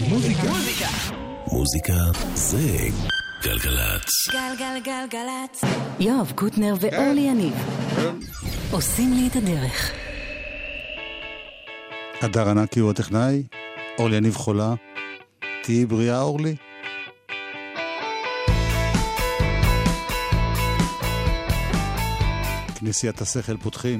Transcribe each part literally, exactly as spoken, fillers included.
מוזיקה. מוזיקה זה גלגלצ. גלגלגלגלצ. יואב קוטנר ואורלי יניב עושים לי את הדרך. הדר ענקי הוא הטכנאי, אורלי יניב חולה. תהי בריאה אורלי. כנסיית השכל פותחים.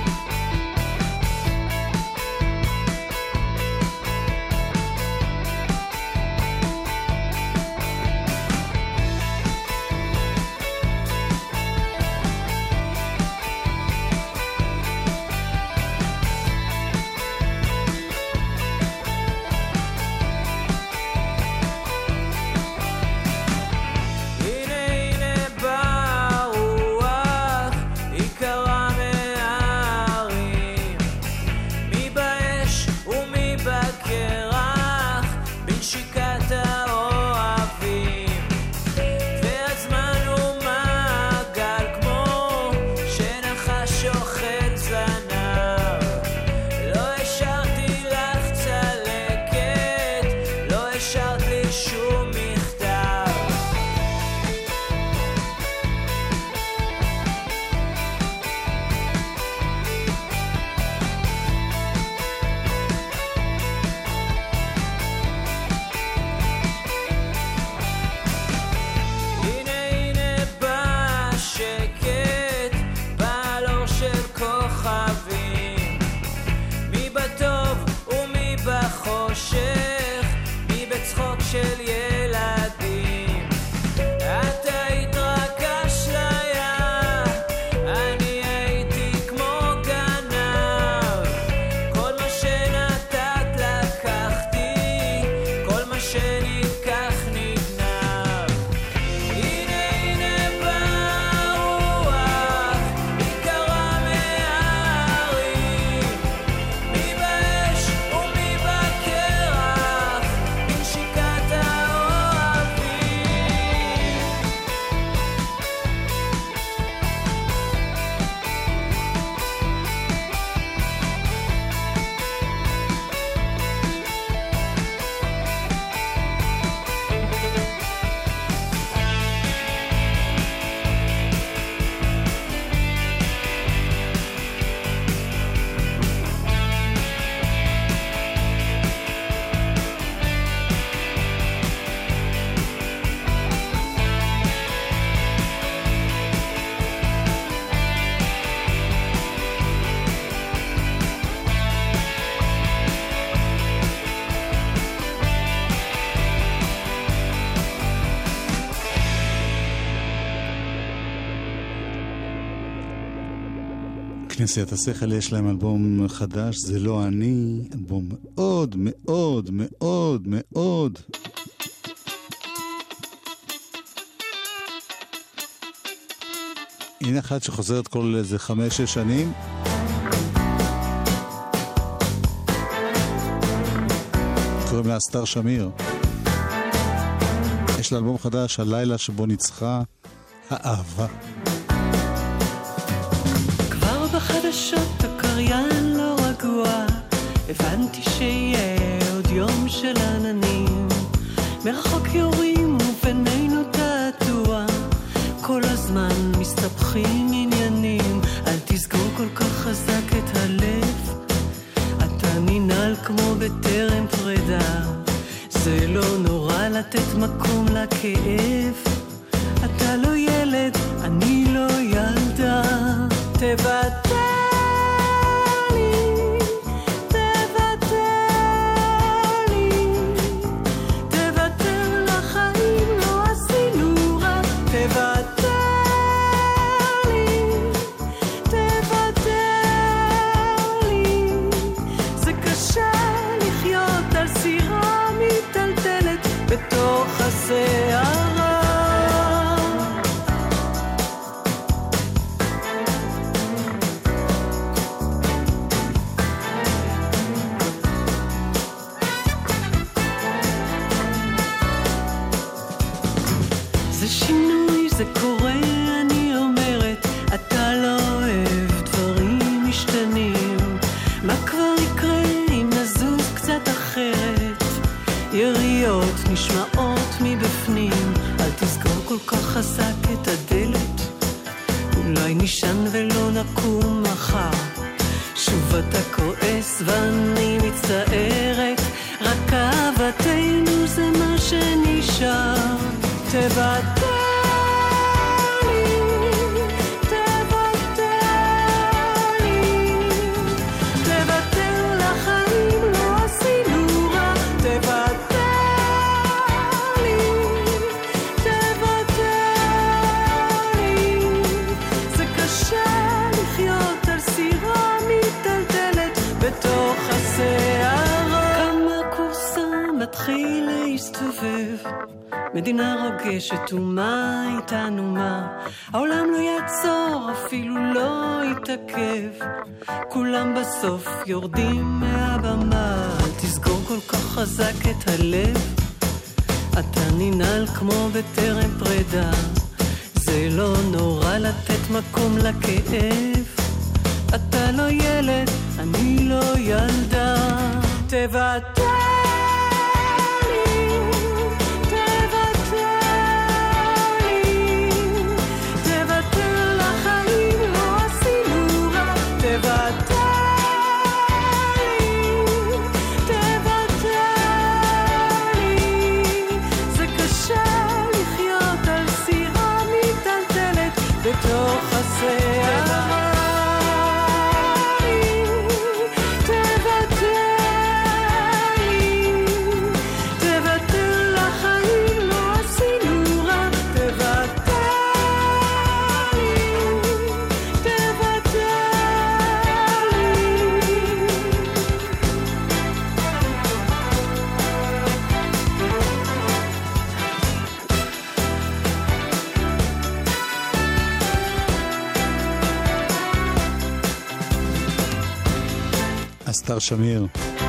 כנסיית השכל יש להם אלבום חדש, זה לא אני, אלבום מאוד מאוד מאוד מאוד הנה אחת שחוזרת כל איזה חמש שש שנים. קוראים לה אסתר שמיר. יש לה אלבום חדש, הלילה שבו ניצחה האהבה. בחדשות הקריין לא רגוע, הבנתי שיהיה עוד יום של עננים, מרחוק יורים ובינינו תעתוע, כל הזמן מסתבכים עניינים. אל תסגור כל כך חזק את הלב, אתה ננעל כמו בטרם פרידה, זה לא נורא לתת מקום לכאב, אתה לא ילד, אני לא ילדה. תוותר לי, תוותר לי, תוותר לחיים, לא עשינו רע. תוותר לי, תוותר לי, זה קשה לחיות על סירה מטלטלת בתוך הסערה. זה קורה, אני אומרת, אתה לא אוהב דברים משתנים, מה כבר יקרה אם נזוז קצת אחרת, יריות נשמעות מבפנים, אל תסגור כל כך חזק את הדלת, אולי נשן ולא נקום מחר, שוב אתה כועס ואני מצטערת, רק אהבתנו זה מה שנשאר. תוותר מתחיל להסתובב, מדינה רוגשת ומה איתנו מה, העולם לא יעצור אפילו לא יתעכב, כולם בסוף יורדים מהבמה, תסגור כל כך חזק את הלב, אתה ננעל כמו בטרם פרידה, זה לא נורא לתת מקום לכאב, אתה לא ילד, אני לא ילדה, תוותר בתוך הסערה תוותר לי, תוותר לחיים, לא עשינו רע, תוותר לי, תוותר לי. אסתר שמיר,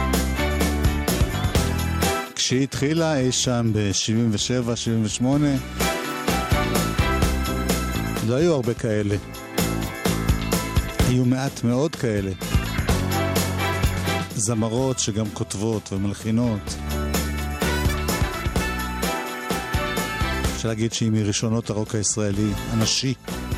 כשהיא התחילה אי שם ב-שבעים ושבע שבעים ושמונה, לא היו הרבה כאלה, היו מעט מאוד כאלה, זמרות שגם כותבות ומלחינות, אפשר להגיד שהיא מראשונות הרוק הישראלי הנשי.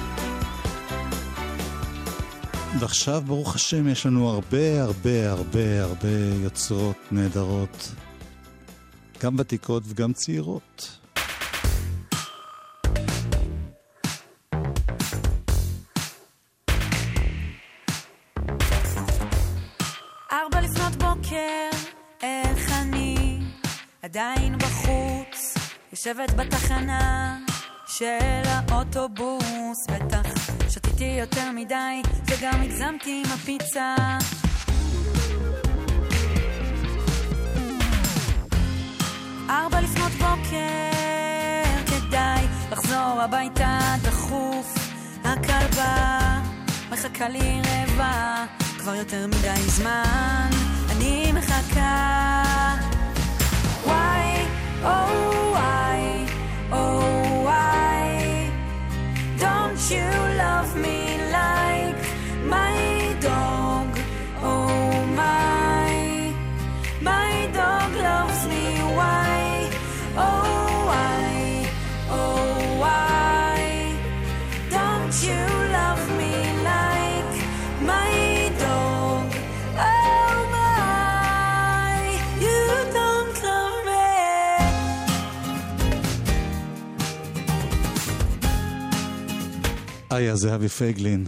ועכשיו ברוך השם יש לנו הרבה הרבה הרבה הרבה יוצרות נהדרות, גם ותיקות וגם צעירות. ארבע לפנות בוקר, איך אני עדיין בחוץ, יושבת בתחנה של האוטובוס, בטח שתיתי יותר מדי וגם הגזמתי עם הפיצה, ארבע לפנות בוקר, כדאי לחזור הביתה דחוף, הכלבה מחכה לי רבע, כבר יותר מדי זמן אני מחכה. Why, oh why, oh why don't you love me like my dog? Oh my, my dog loves me. Why, oh why, oh why don't you love me like my dog? Oh my, you don't love me. איה זהבי פייגלין,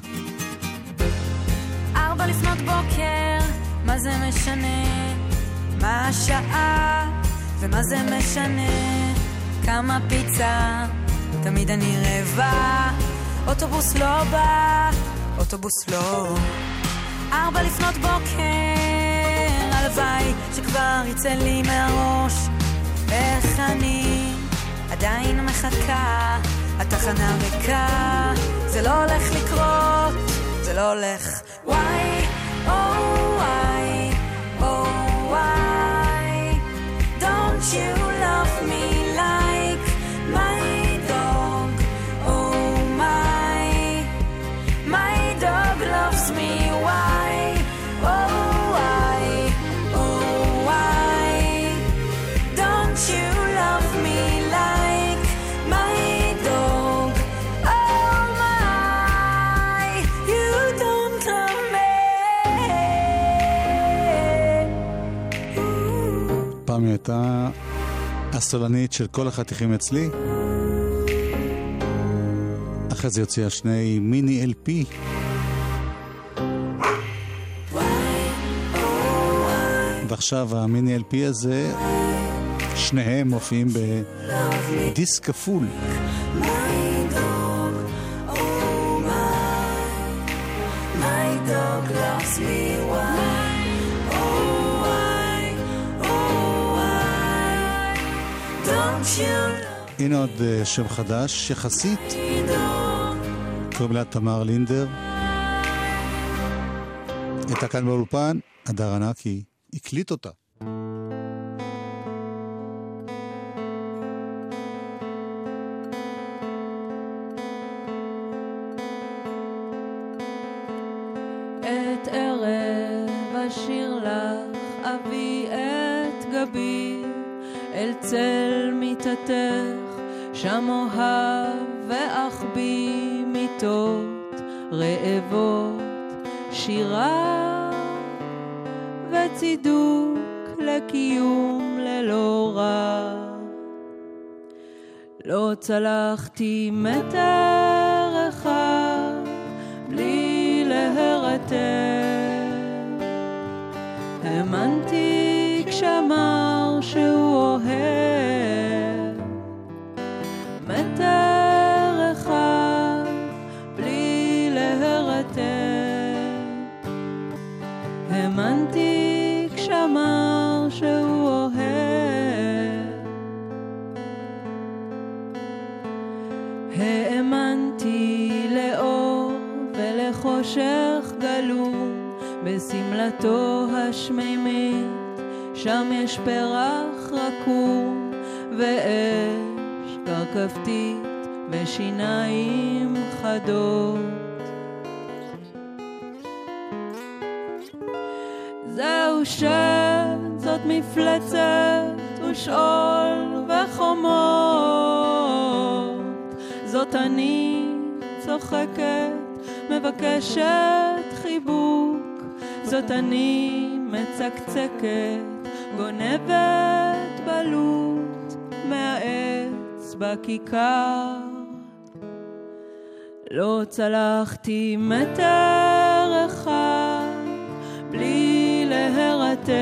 ארבע לפנות בוקר, מה זה משנה מה השעה ומה זה משנה כמה פיצה, תמיד אני רבע, אוטובוס לא בא, אוטובוס לא. ארבע לפנות בוקר, הלוואי שכבר יצא לי מהראש, איך אני עדיין מחכה, התחנה ריקה, זה לא הולך לקרות, זה לא הולך. Why, oh why, oh why don't you love me like my dog? Oh my, my dog loves me. Why, oh why, oh why פעם היא הייתה הסולנית של כל החתיכים אצלי. אחרי זה יוציאה שני מיני אל פי. ועכשיו המיני אל פי הזה, שניהם מופיעים בדיסק כפול. הנה עוד שם חדש יחסית, קוראים לה תמר לינדר. הייתה כאן באולפן, הדר ענקי הקליט אותה. את ערב אשיר לך אביא את גבי אל צל מיטתך, שם אוהב ואחביא מיטות רעבות, שירה וצידוק לקיום ללא רע. לא צלחתי מטר אחד בלי להרתר, האמנתי כשאמר שהוא אוהב. מטר אחד בלי להרתר, האמנתי כשאמר שהוא אוהב. האמנתי לאור ולחושך גלום בסמלתו השמימית, שם יש פרח רקום ואש קרקפתית ושיניים חדות. זהו שד, זאת מפלצת ושאול וחומות, זאת אני צוחקת מבקשת חיבוק, זאת אני מצקצקת גונבת בלוט מהעץ בכיכר. לא צלחתי מטר אחד בלי להרתר,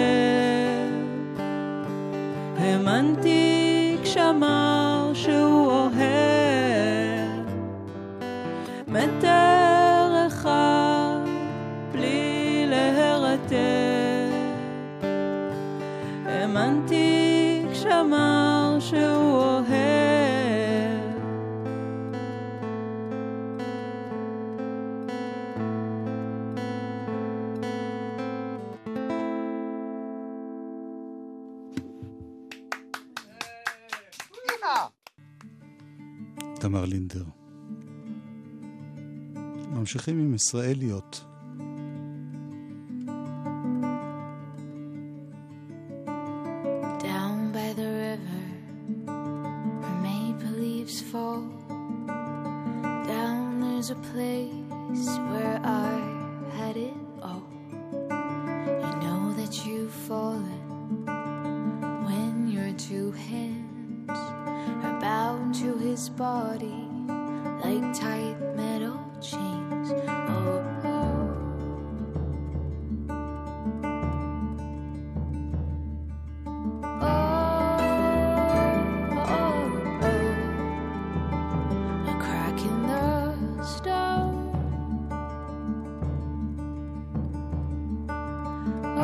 האמנתי כשאמר שהוא אוהב. מטר אחד בלי להרתר, האמנתי כשאמר שהוא אוהב. תמר לינדר. ממשיכים עם ישראליות. Down by the river where maple leaves fall, down there's a place where I had it all. You know that you've fallen when your two hands are bound to his body like tight metal chains. Oh, oh. Oh, oh, oh. A crack in the stone. Oh,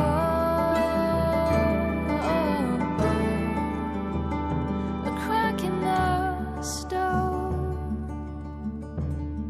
oh, oh. A crack in the stone.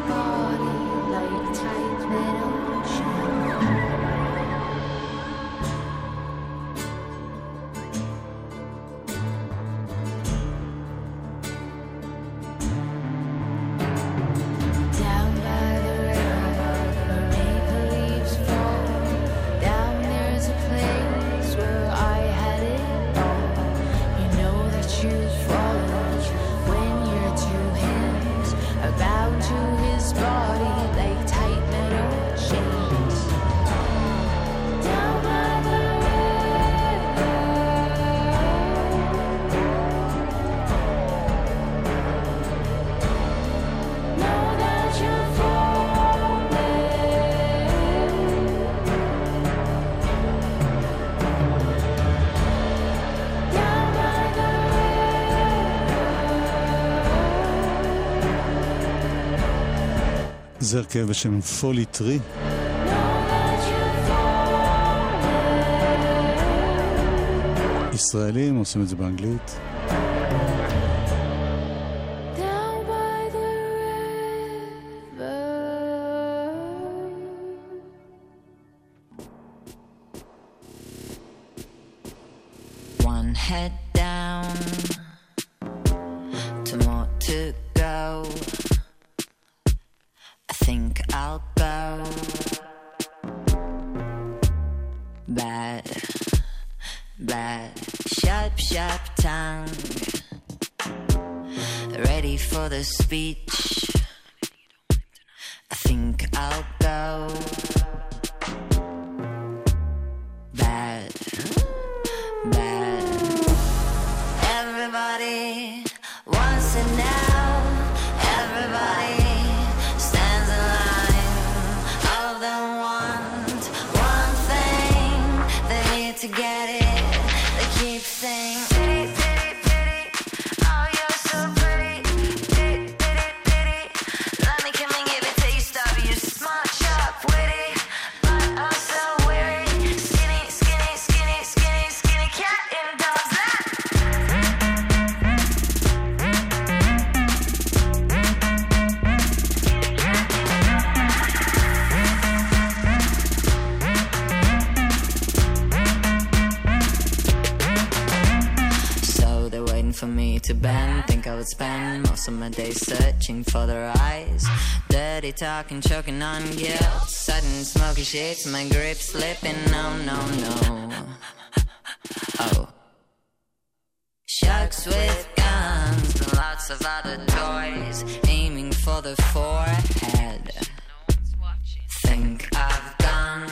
body like tight metal זה הרכב בשם פולי טרי. ישראלים עושים את זה באנגלית. One head down, two more to go. I think I'll go. Bad, bad, sharp, sharp tongue. Ready for the speech. I think I'll go. Bad, bad. Everybody wants it now. Everybody stands in line. All of them want one thing. They're here to get it. They keep saying pity, pity, pity. Oh, you're so pretty. Pity, pity, pity. Let me come and give a taste of you. Smart, sharp, witty, but also weary. Skinny, skinny, skinny, skinny, skinny cat in a dog's lap. So they're waiting for me to bend. Think I would spend most of my days searching for their eyes. Dirty talking, choking on guilt. Sudden smoky shakes, my grip slipping. No, no, no. Oh. Sharks with guns and lots of other toys, aiming for the forehead. Think I've done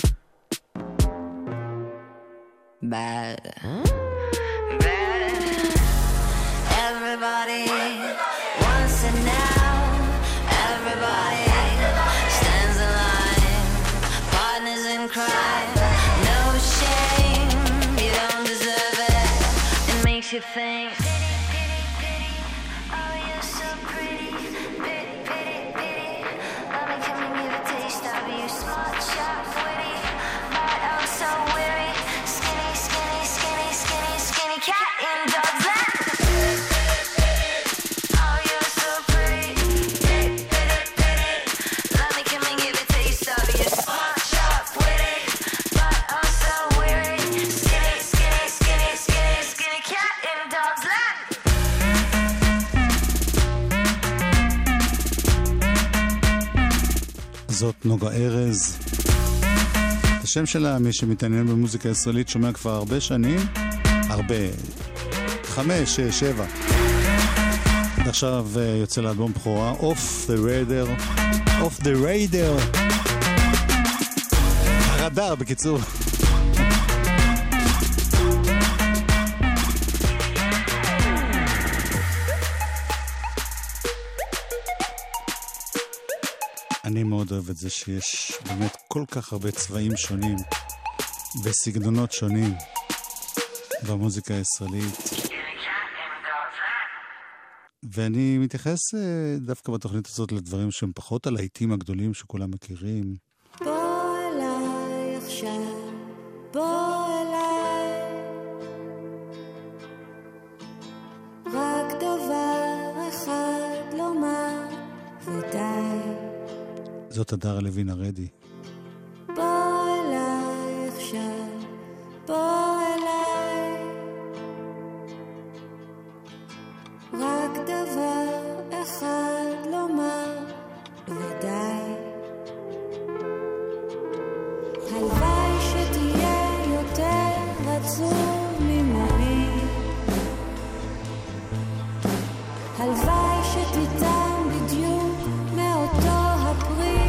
bad. Bad. Everybody wants it now. Everybody stands in line. Partners in crime. No shame. You don't deserve it. It makes you think. Pity, pity, pity. Oh, you're so pretty. Pity, pity, pity. Let me come and give a taste of you. Smart, sharp, witty, but oh so weary. Skinny, skinny, skinny, skinny, skinny cat in dog's lap. Oh, you're so pretty. Pity, pity, pity. Let me come and give a taste of you. Smart, sharp, witty, but oh so weary. Skinny, skinny, skinny, skinny, skinny cat in dog's lap. זאת נוגה ארז. את השם שלה, מי שמתעניין במוזיקה הישראלית, שומע כבר הרבה שנים. הרבה. חמש, שש, שבע. עכשיו יוצא לאלבום בכורה, Off the Radar. Off the Radar. הרדאר, בקיצור. אני מאוד אוהב את זה שיש באמת כל כך הרבה צבעים שונים וסגנונות שונים במוזיקה הישראלית. ואני מתייחס דווקא בתוכנית הזאת לדברים שהם פחות הלהיטים הגדולים שכולם מכירים. בוא אליי עכשיו, בוא אליי, רק דבר אחד לומר ודי. זאת הדר לוין הרדי. בוא אליי עכשיו, בוא אליי, רק דבר אחד לומר ודי, הלוואי שתהיה יותר עצוב ממני, הלוואי שתיתן בדיוק מאותו הפרי,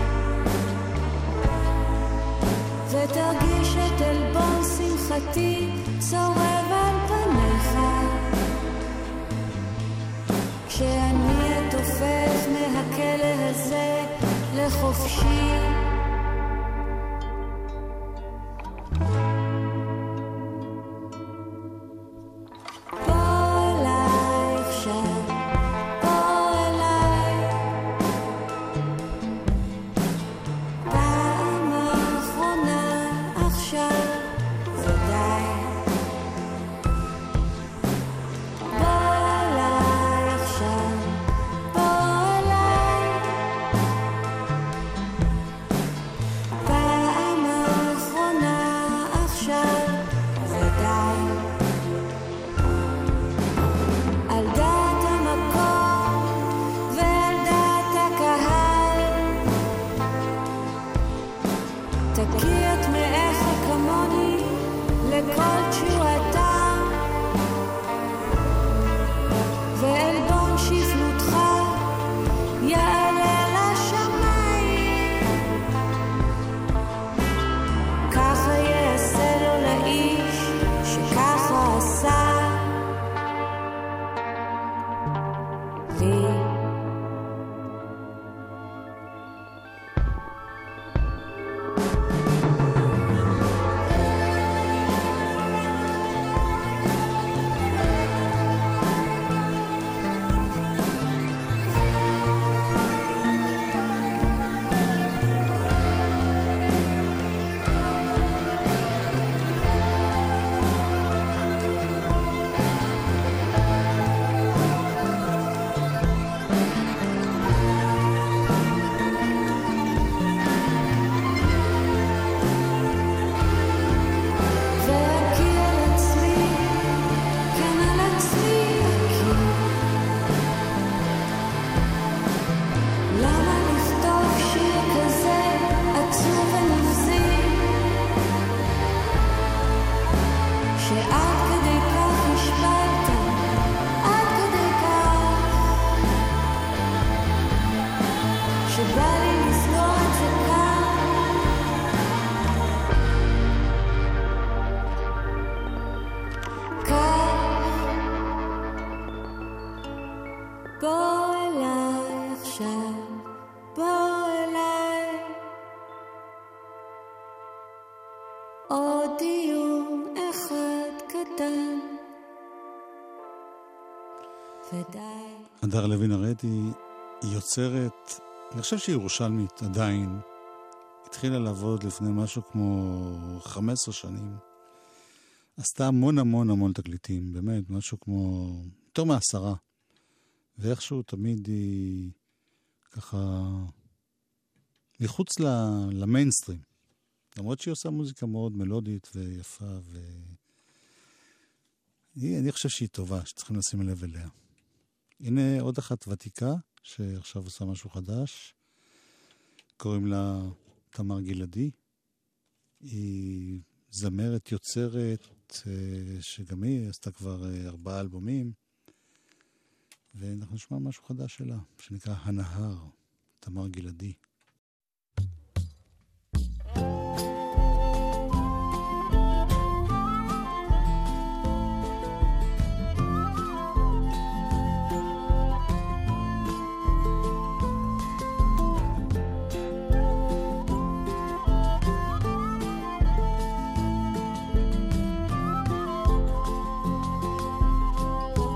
ותרגיש את אלבון שמחתי צורב על פניך, כשאני אתופף מהכלא הזה לחופשי. הדר לוין הרדי היא יוצרת, אני חושב שהיא ירושלמית עדיין, התחילה לעבוד לפני משהו כמו חמש עשרה שנים, עשתה המון המון המון תקליטים, באמת, משהו כמו יותר מעשרה, ואיכשהו תמיד היא ככה מחוץ למיינסטרים, למרות שהיא עושה מוזיקה מאוד מלודית ויפה, ואני חושב שהיא טובה, שצריכים לשים לב אליה. הנה עוד אחת ותיקה, שעכשיו עושה משהו חדש, קוראים לה תמר גלעדי, היא זמרת יוצרת, שגם היא עשתה כבר ארבעה אלבומים, ואנחנו נשמע משהו חדש שלה, שנקרא הנהר, תמר גלעדי.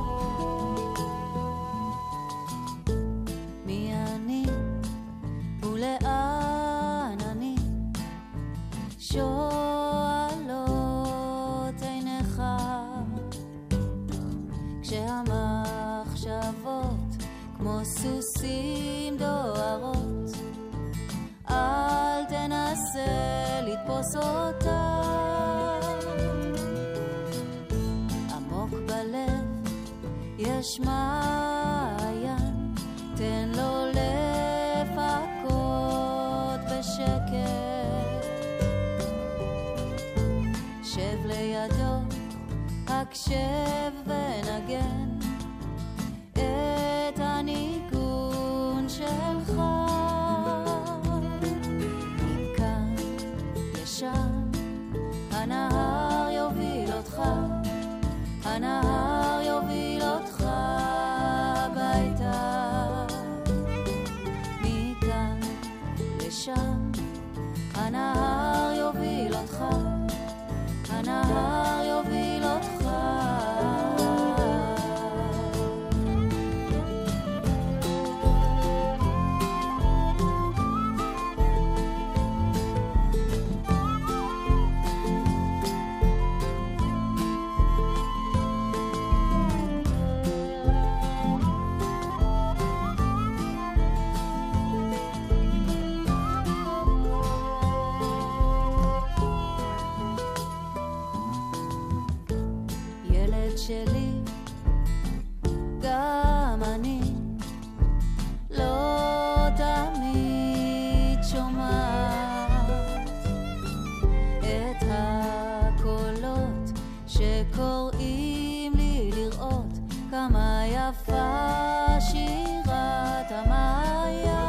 מי אני? אותה. עמוק בלב יש מעיין, תן לו לפקות בשקט. שב לידו, הקשב ונגן את הניגון שלך. מכאן לשם הנהר יוביל אותך, הנהר יוביל אותך הביתה. מכאן לשם הנהר יוביל אותך, הנהר יוביל אותך. שלי, גם אני לא תמיד שומעת את הקולות שקוראים לי לראות כמה יפה שירת המעיין.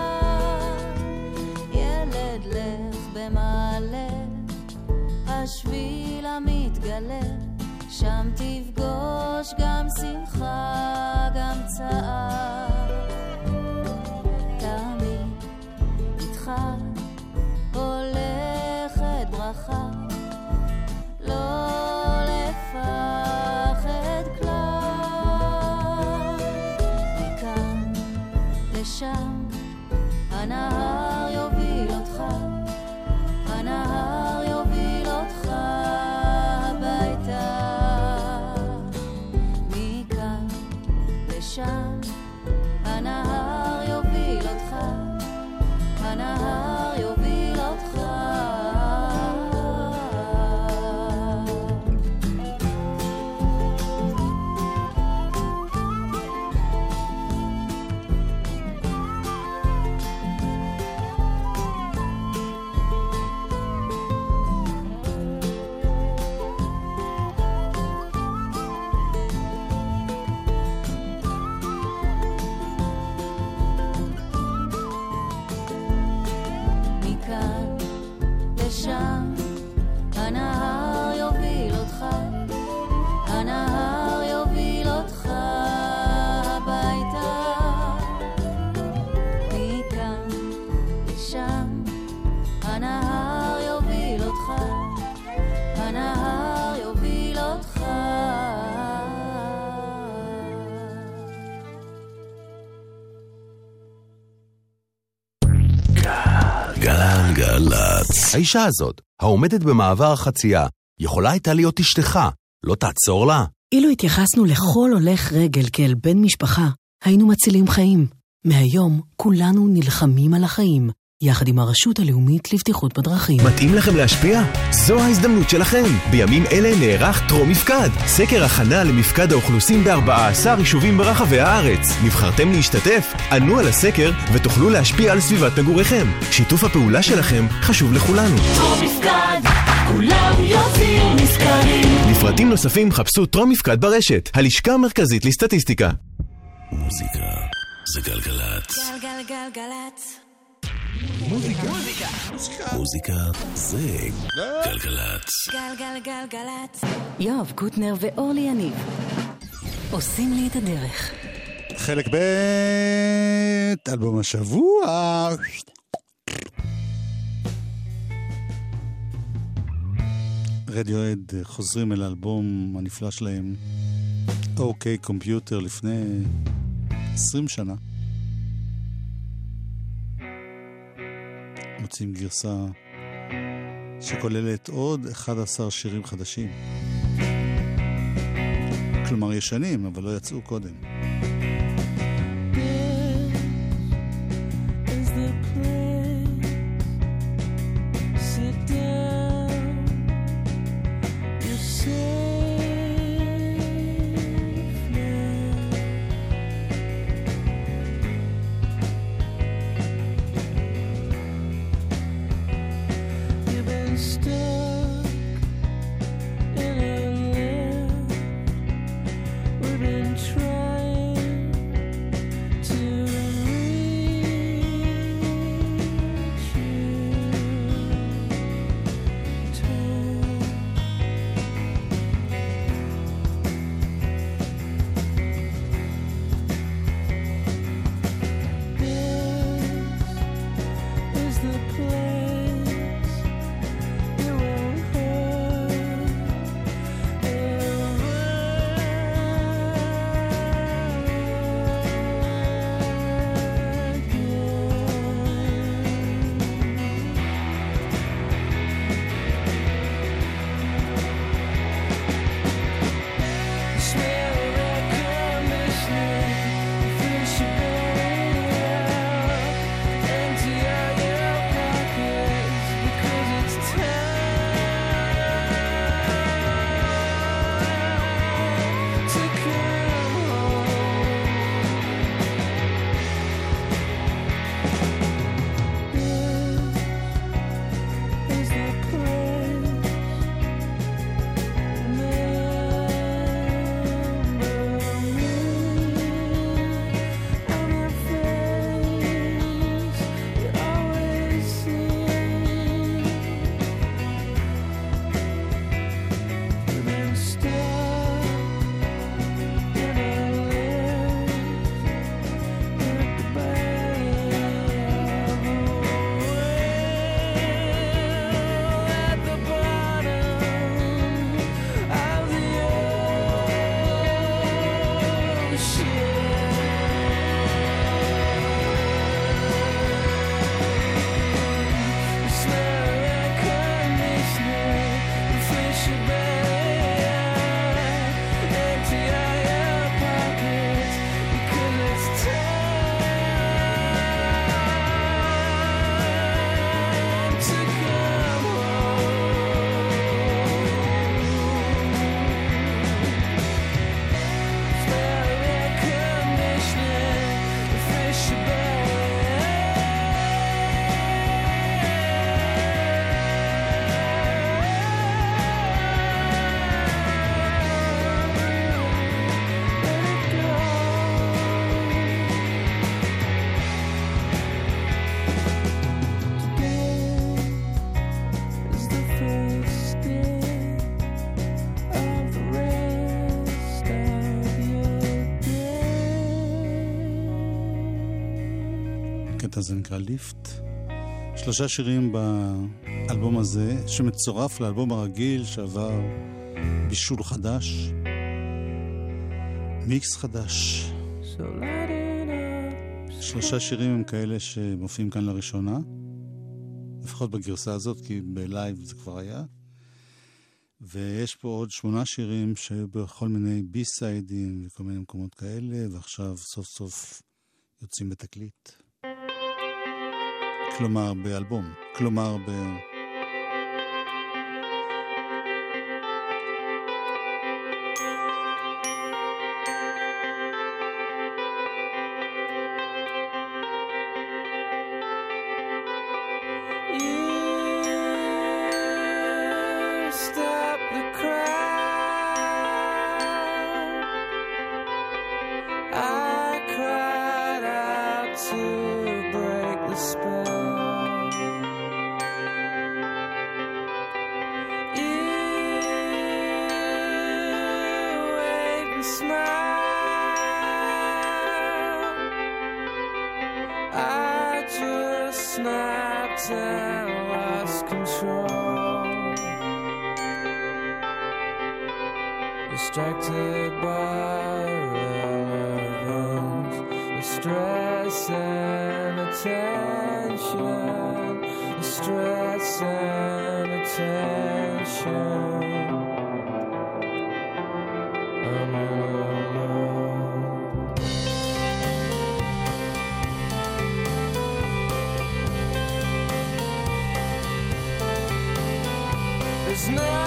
ילד לך במעלה, השביל המתגלה, שם תפגוש גם שמחה, גם צער. תמיד איתך הולכת ברכה, לא לפחד כלל. מכאן לשם הנהר יוביל אותך, הנהר יוביל אותך הביתה. שם הנהר יוביל אותך, הנהר יוביל אותך. שם הנהר יוביל אותך, הנהר יוביל אותך הביתה. מכאן לשם הנהר יוביל אותך, הנהר יוביל אותך. גלגלצ. האישה הזאת, העומדת במעבר החצייה, יכולה הייתה להיות אשתך. לא תעצור לה? אילו התייחסנו לכל הולך רגל כאל בן משפחה, היינו מצילים חיים. מהיום כולנו נלחמים על החיים, יחד עם הרשות הלאומית לבטיחות בדרכים. מתאים לכם להשפיע? זו ההזדמנות שלכם. בימים אלה נערך טרום מפקד, סקר הכנה למפקד האוכלוסין ב-ארבעה עשר יישובים ברחבי הארץ. נבחרתם להשתתף? ענו על הסקר ותוכלו להשפיע על סביבת מגוריכם. שיתוף הפעולה שלכם חשוב לכולנו. טרום מפקד, כולם יוצאים נזכרים. לפרטים נוספים חפשו טרום מפקד ברשת, הלשכה המרכזית לסטטיסטיקה. מוזיקה זה גלגלצ. גלגלגלגלצ. מוזיקה. מוזיקה זה גלגלצ. גלגלגלגלצ. יואב קוטנר ואורלי יניב עושים לי את הדרך. חלק ב' אלבום השבוע. רדיואד חוזרים אל האלבום הנפלא שלהם אוקיי קומפיוטר לפני עשרים שנה. מוצאים גרסה שכוללת עוד אחד עשר שירים חדשים, כלומר ישנים אבל לא יצאו קודם. Sit down. הקטע הזה נקרא ליפט. שלושה שירים באלבום הזה, שמצורף לאלבום הרגיל שעבר בישול חדש, מיקס חדש. שלושה שירים הם כאלה שמופיעים כאן לראשונה, לפחות בגרסה הזאת, כי בלייב זה כבר היה. ויש פה עוד שמונה שירים שהיו בכל מיני בי-סיידים וכל מיני מקומות כאלה, ועכשיו סוף סוף יוצאים בתקליט. כלומר באלבום, כלומר ב... Distracted by relevance, the stress and attention, the stress and attention. I'm alone. It's not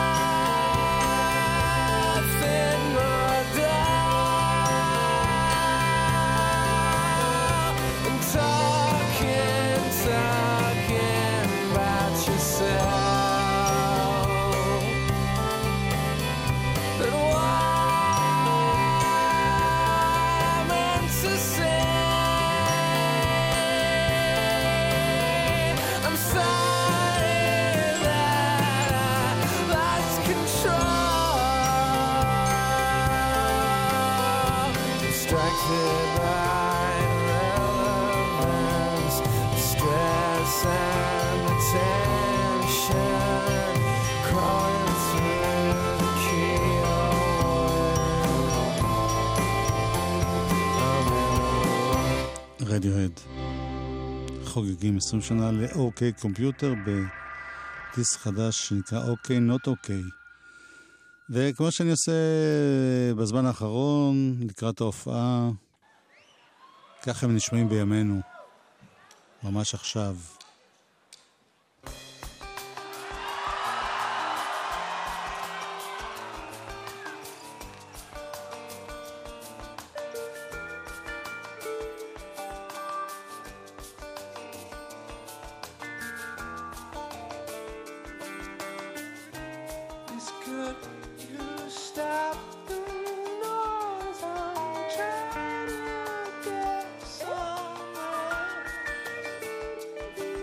רדיוהד חוגגים עשרים שנה לאוקיי קומפיוטר בדיסק חדש שנקרא אוקיי נוט אוקיי. וכמו שאני עושה בזמן האחרון לקראת ההופעה, ככה הם נשמעים בימינו ממש עכשיו. Trying to get somewhere.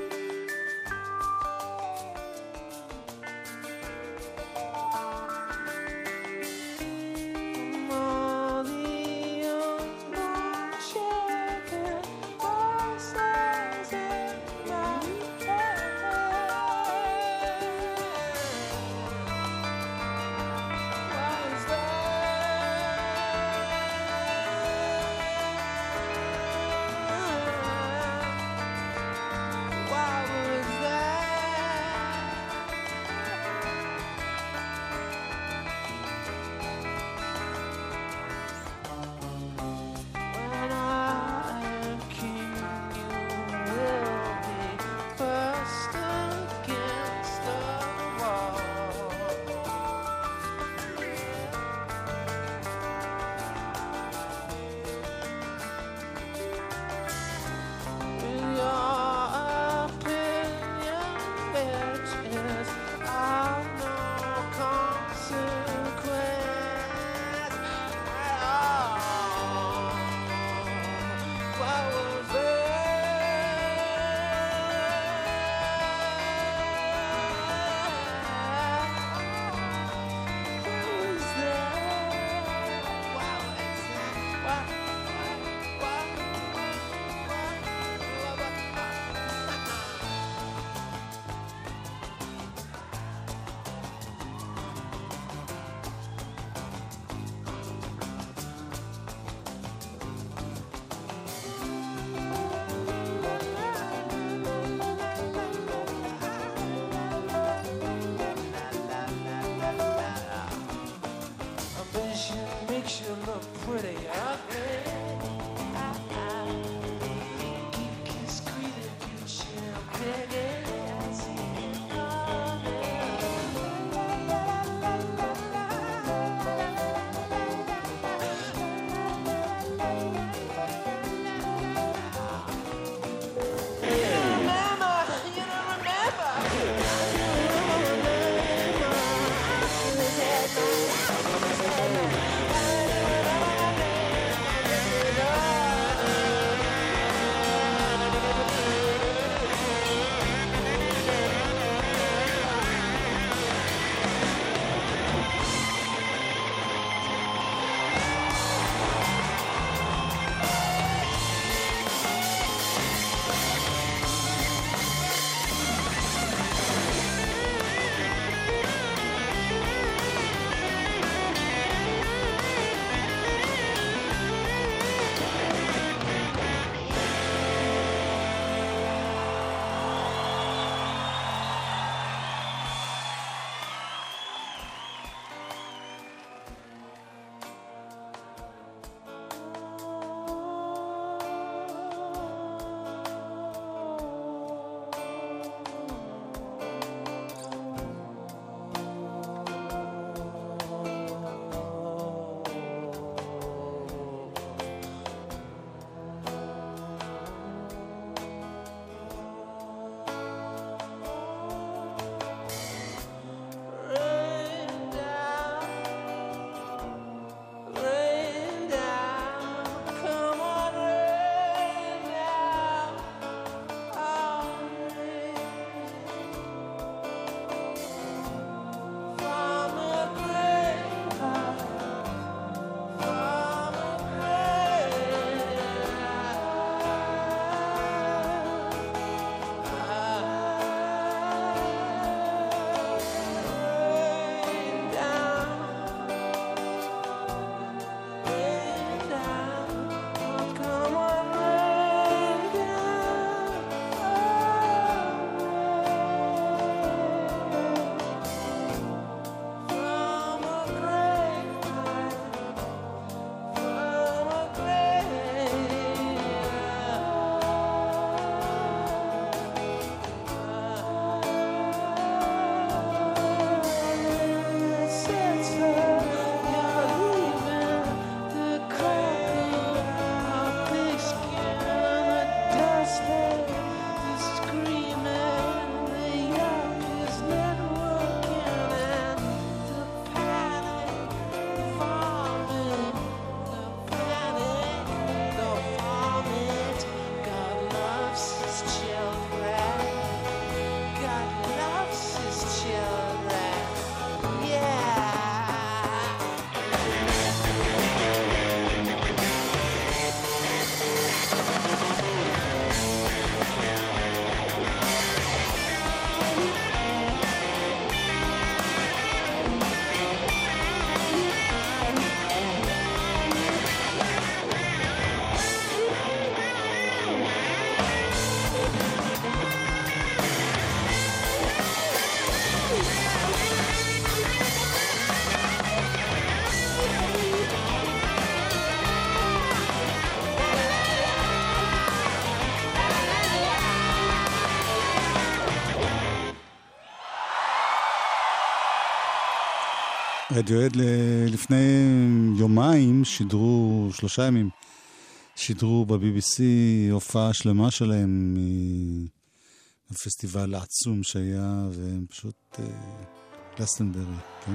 רדיואד לפני יומיים שידרו, שלושה ימים, שידרו בבי בי סי הופעה שלמה שלהם מהפסטיבל העצום שהיה, והם פשוט גלסטנברי, כן?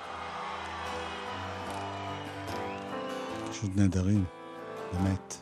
פשוט נהדרים, באמת.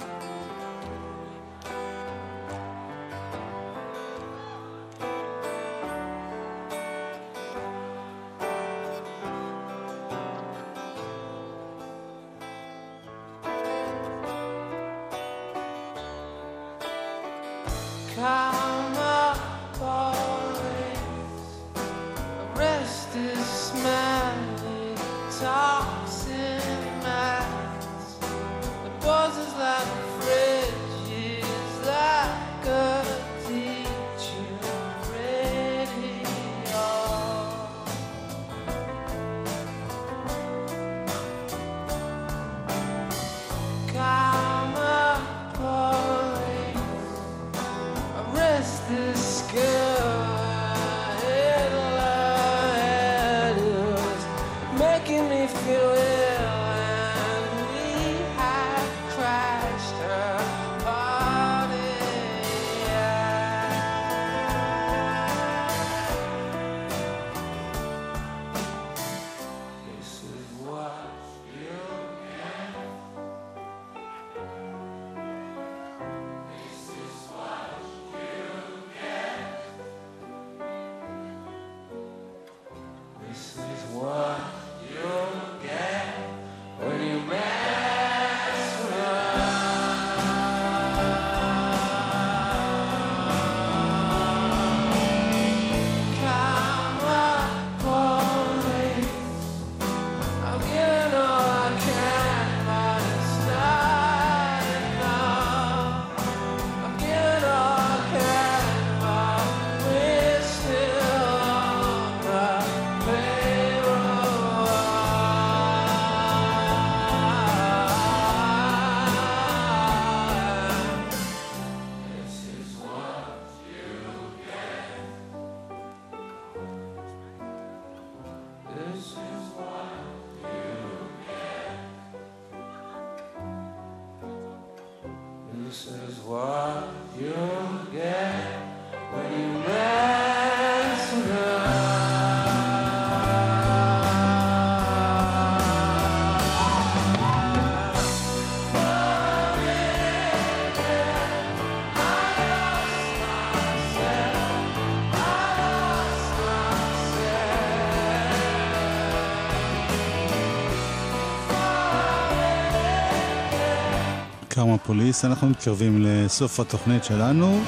קרמפוליס, אנחנו מתקרבים לסוף התוכנית שלנו.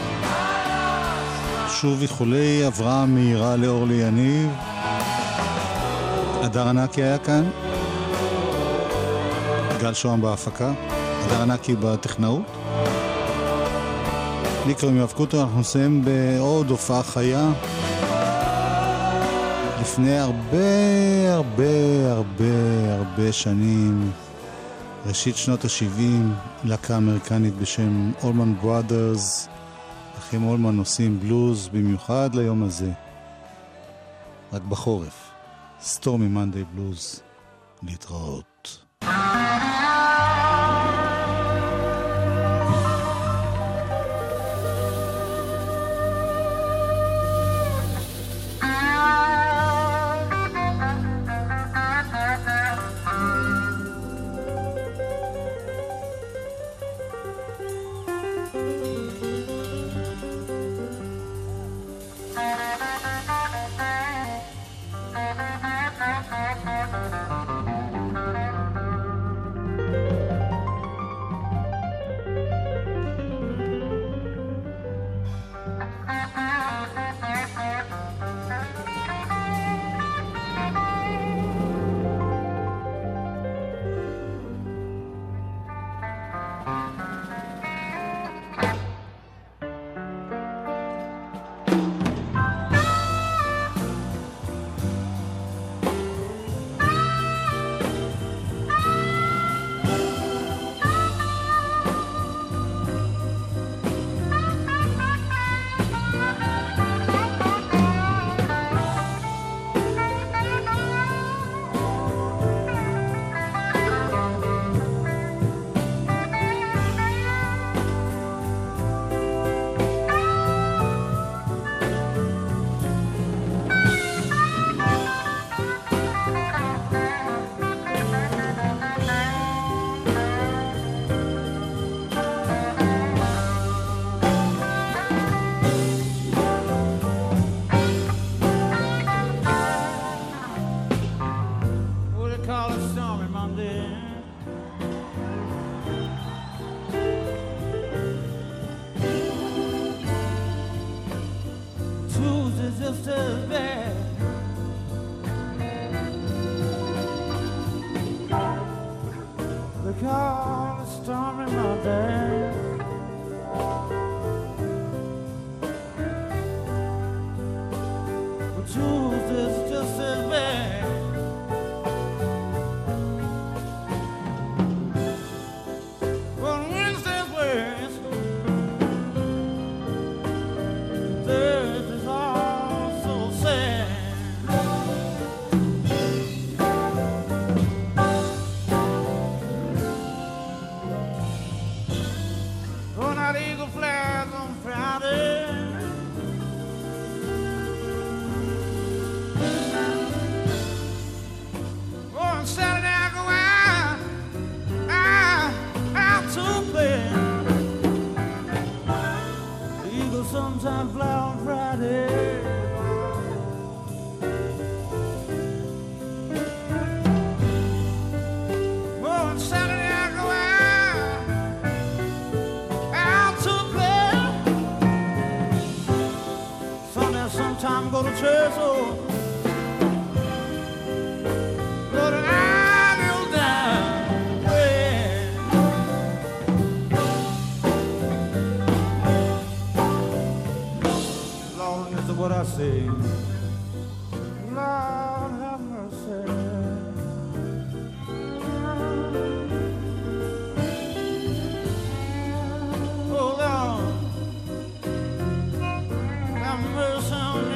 שוב איחולי אברהם מהירה לאורלי יניב. הדר ענקי היה כאן, גל שוהם בהפקה, הדר ענקי בטכנאות. לי קוראים יואב קוטר, אנחנו נסיים בעוד הופעה חיה לפני הרבה הרבה הרבה הרבה שנים, ראשית שנות ה-שבעים, להקה אמריקנית בשם אולמן ברודרס. אחים אולמן עושים בלוז במיוחד ליום הזה, רק בחורף. סטורמי מנדי בלוז. להתראות. is just as bad. They call a storm in my bed. But Tuesday's just as bad. Well, Wednesday's worse. Thursday's all so sad. Going out eagle flags on Friday. On Saturday I go out, out, out to play. The eagles sometimes fly on Friday. On Saturday I go out, out to play. Sunday sometimes go to church, oh. But I go down way. Lord, this is what I say. Lord, have mercy. Oh, Lord, have mercy on